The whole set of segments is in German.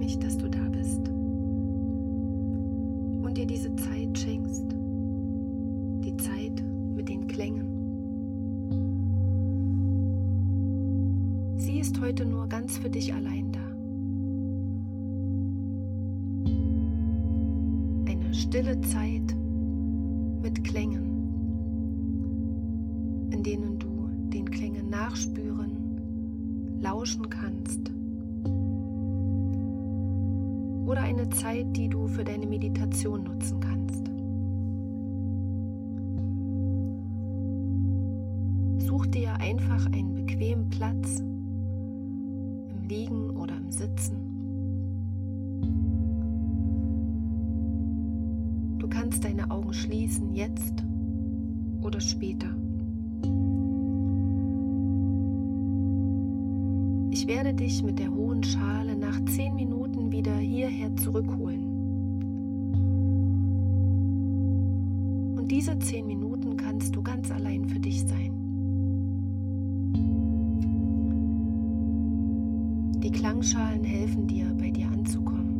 dich, dass du da bist und dir diese Zeit schenkst, die Zeit mit den Klängen. Sie ist heute nur ganz für dich allein da. Eine stille Zeit mit Klängen, in denen du den Klängen nachspüren, lauschen kannst. Oder eine Zeit, die du für deine Meditation nutzen kannst. Such dir einfach einen bequemen Platz, im Liegen oder im Sitzen. Du kannst deine Augen schließen, jetzt oder später. Ich werde dich mit der hohen Schale nach 10 Minuten wieder hierher zurückholen. Und diese 10 Minuten kannst du ganz allein für dich sein. Die Klangschalen helfen dir, bei dir anzukommen.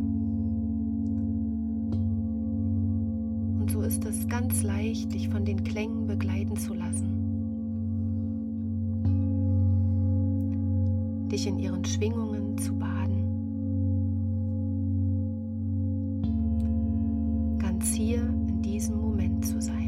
Und so ist es ganz leicht, dich von den Klängen begleiten zu lassen. Dich in ihren Schwingungen zu baden. Ganz hier in diesem Moment zu sein.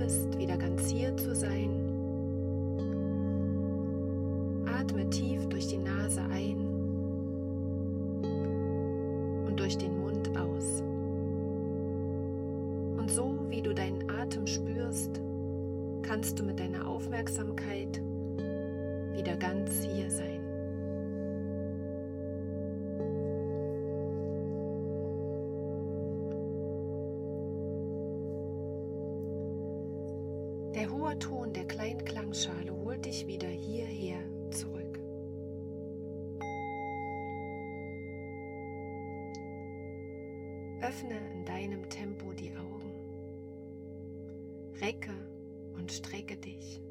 spürst, wieder ganz hier zu sein. Atme tief durch die Nase ein und durch den Mund aus. Und so wie du deinen Atem spürst, kannst du mit deiner Aufmerksamkeit wieder ganz hier sein. Der hohe Ton der kleinen Klangschale holt dich wieder hierher zurück. Öffne in deinem Tempo die Augen. Recke und strecke dich.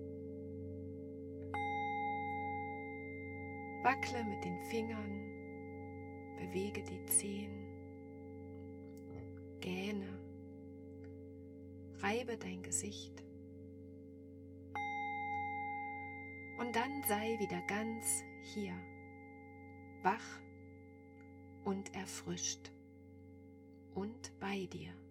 Wackle mit den Fingern, bewege die Zehen, gähne, reibe dein Gesicht. Und dann sei wieder ganz hier, wach und erfrischt und bei dir.